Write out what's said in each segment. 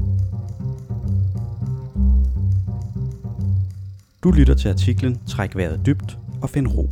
Du lytter til artiklen Træk vejret dybt og find ro.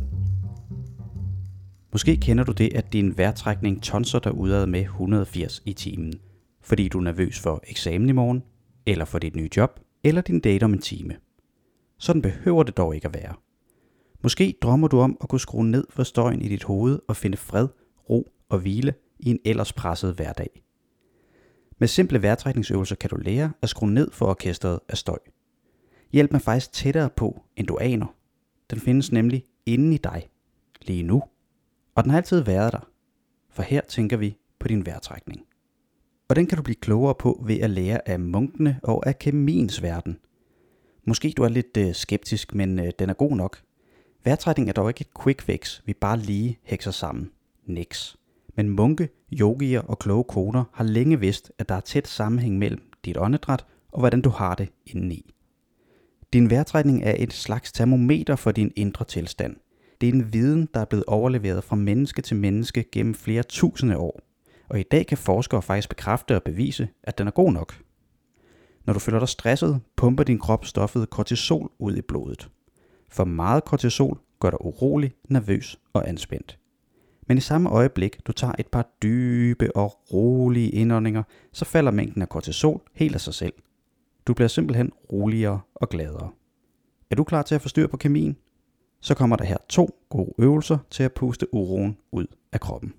Måske kender du det, at din vejrtrækning tonser dig udad med 180 i timen, fordi du er nervøs for eksamen i morgen, eller for dit nye job, eller din date om en time. Sådan behøver det dog ikke at være. Måske drømmer du om at kunne skrue ned for støjen i dit hoved og finde fred, ro og hvile i en ellers presset hverdag. Med simple vejrtrækningsøvelser kan du lære at skrue ned for orkestret af støj. Hjælpen er faktisk tættere på, end du aner. Den findes nemlig inde i dig, lige nu. Og den har altid været der, for her tænker vi på din vejrtrækning. Og den kan du blive klogere på ved at lære af munkene og af kemiens verden. Måske du er lidt skeptisk, men den er god nok. Vejrtrækning er dog ikke et quick fix, vi bare lige hekser sammen. Niks. Men munke, yogier og kloge koner har længe vidst, at der er tæt sammenhæng mellem dit åndedræt og hvordan du har det indeni. Din vejrtrækning er et slags termometer for din indre tilstand. Det er en viden, der er blevet overleveret fra menneske til menneske gennem flere tusinde år. Og i dag kan forskere faktisk bekræfte og bevise, at den er god nok. Når du føler dig stresset, pumper din krop stoffet kortisol ud i blodet. For meget kortisol gør dig urolig, nervøs og anspændt. Men i samme øjeblik, du tager et par dybe og rolige indåndinger, så falder mængden af kortisol helt af sig selv. Du bliver simpelthen roligere og gladere. Er du klar til at få styr på kemien? Så kommer der her 2 gode øvelser til at puste uroen ud af kroppen.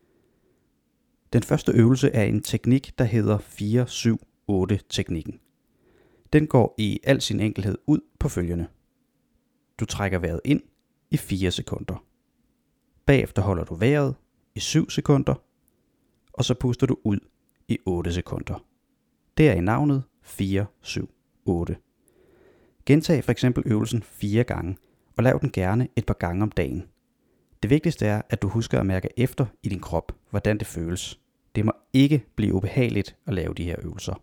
Den første øvelse er en teknik, der hedder 4-7-8-teknikken. Den går i al sin enkelhed ud på følgende. Du trækker vejret ind i 4 sekunder. Bagefter holder du vejret i 7 sekunder, og så puster du ud i 8 sekunder. Det er i navnet 4-7-8. Gentag for eksempel øvelsen 4 gange, og lav den gerne et par gange om dagen. Det vigtigste er, at du husker at mærke efter i din krop, hvordan det føles. Det må ikke blive ubehageligt at lave de her øvelser.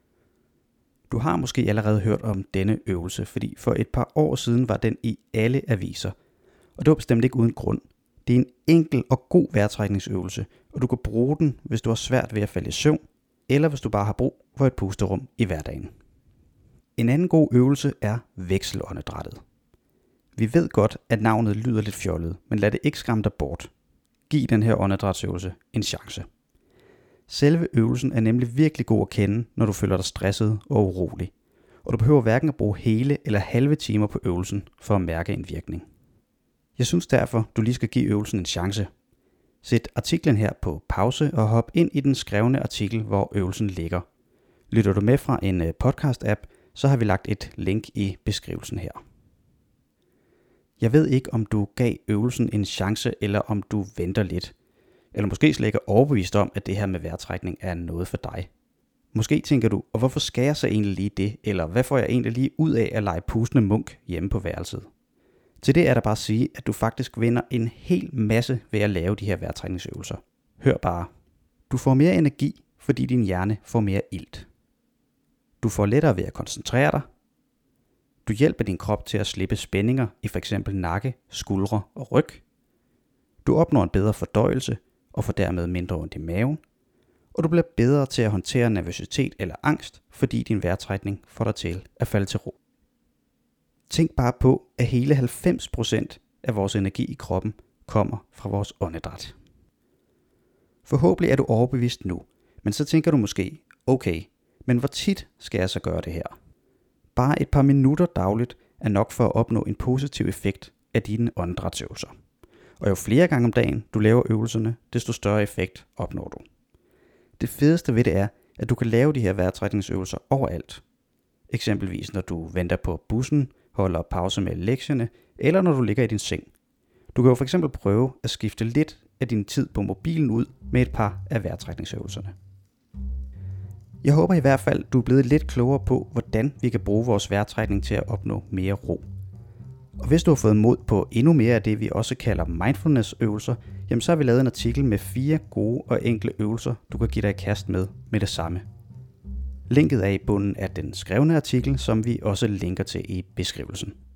Du har måske allerede hørt om denne øvelse, fordi for et par år siden var den i alle aviser. Og det var bestemt ikke uden grund. Det er en enkel og god vejrtrækningsøvelse, og du kan bruge den, hvis du har svært ved at falde i søvn, eller hvis du bare har brug for et pusterum i hverdagen. En anden god øvelse er vekselåndedrættet. Vi ved godt, at navnet lyder lidt fjollet, men lad det ikke skræmme dig bort. Giv den her åndedrætsøvelse en chance. Selve øvelsen er nemlig virkelig god at kende, når du føler dig stresset og urolig. Og du behøver hverken at bruge hele eller halve timer på øvelsen for at mærke en virkning. Jeg synes derfor, du lige skal give øvelsen en chance. Sæt artiklen her på pause og hop ind i den skrevne artikel, hvor øvelsen ligger. Lytter du med fra en podcast-app, så har vi lagt et link i beskrivelsen her. Jeg ved ikke, om du gav øvelsen en chance, eller om du venter lidt. Eller måske slet ikke er overbevist om, at det her med vejrtrækning er noget for dig. Måske tænker du, og hvorfor skal jeg så egentlig lige det? Eller hvad får jeg egentlig lige ud af at lege pustende munk hjemme på værelset? Til det er der bare at sige, at du faktisk vinder en hel masse ved at lave de her vejrtrækningsøvelser. Hør bare. Du får mere energi, fordi din hjerne får mere ilt. Du får lettere ved at koncentrere dig. Du hjælper din krop til at slippe spændinger i f.eks. nakke, skuldre og ryg. Du opnår en bedre fordøjelse og får dermed mindre ondt i maven. Og du bliver bedre til at håndtere nervøsitet eller angst, fordi din vejrtrækning får dig til at falde til ro. Tænk bare på, at hele 90% af vores energi i kroppen kommer fra vores åndedræt. Forhåbentlig er du overbevist nu, men så tænker du måske, okay, men hvor tit skal jeg så gøre det her? Bare et par minutter dagligt er nok for at opnå en positiv effekt af dine åndedrætsøvelser. Og jo flere gange om dagen du laver øvelserne, desto større effekt opnår du. Det fedeste ved det er, at du kan lave de her vejrtrækningsøvelser overalt. Eksempelvis når du venter på bussen, holder pause med lektierne, eller når du ligger i din seng. Du kan jo for eksempel prøve at skifte lidt af din tid på mobilen ud med et par af vejrtrækningsøvelserne. Jeg håber i hvert fald, du er blevet lidt klogere på, hvordan vi kan bruge vores vejrtrækning til at opnå mere ro. Og hvis du har fået mod på endnu mere af det, vi også kalder mindfulness-øvelser, jamen så har vi lavet en artikel med 4 gode og enkle øvelser, du kan give dig i kast med det samme. Linket er i bunden af den skrevne artikel, som vi også linker til i beskrivelsen.